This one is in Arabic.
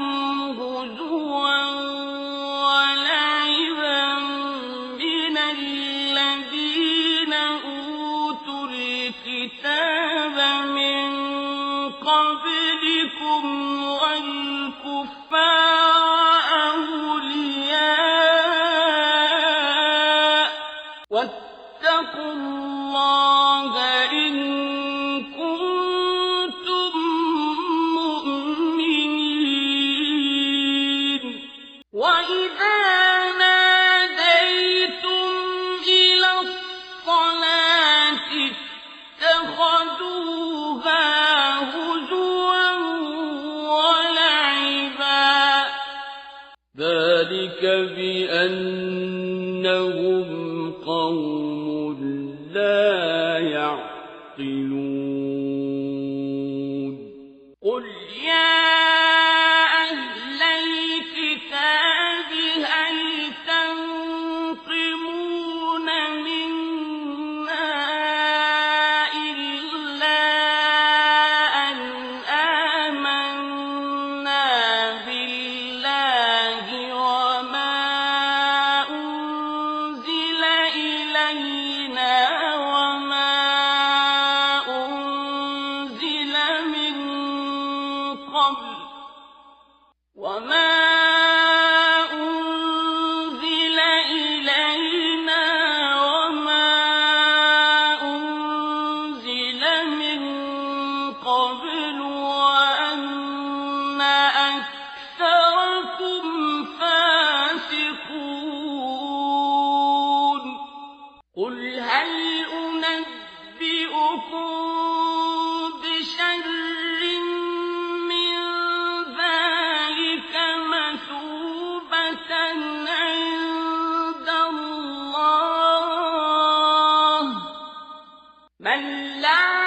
هُزُوًا وَلَعِبًا مِّنَ الَّذِينَ أُوتُوا الْكِتَابَ مِن قَبْلِكُمْ وَالْكُفَّارَ أَوْلِيَاءَ ۚ وَاتَّقُوا اللَّهَ إِن كُنتُم مُّؤْمِنِينَ. وَإِذَا نَادَيْتُمْ إِلَى الصَّلَاةِ اتَّخَذُوهَا هُزُوًا وَلَعِبًا ۚ ذَٰلِكَ بِأَنَّهُمْ قَوْمٌ لَّا يَعْقِلُونَ. قُلْ يَا أَهْلَ الْكِتَابِ هَلْ تَنقِمُونَ مِنَّا إِلَّا أَنْ آمَنَّا بِاللَّهِ وَمَا أُنزِلَ إِلَيْنَا وَمَا أُنزِلَ مِن قَبْلُ وَأَنَّ أَكْثَرَكُمْ فَاسِقُونَ. قُلْ هَلْ أُنَبِّئُكُم بِشَرٍّ مِّن ذَٰلِكَ مَثُوبَةً عِندَ اللَّهِ ۚ مَن لَّعَنَهُ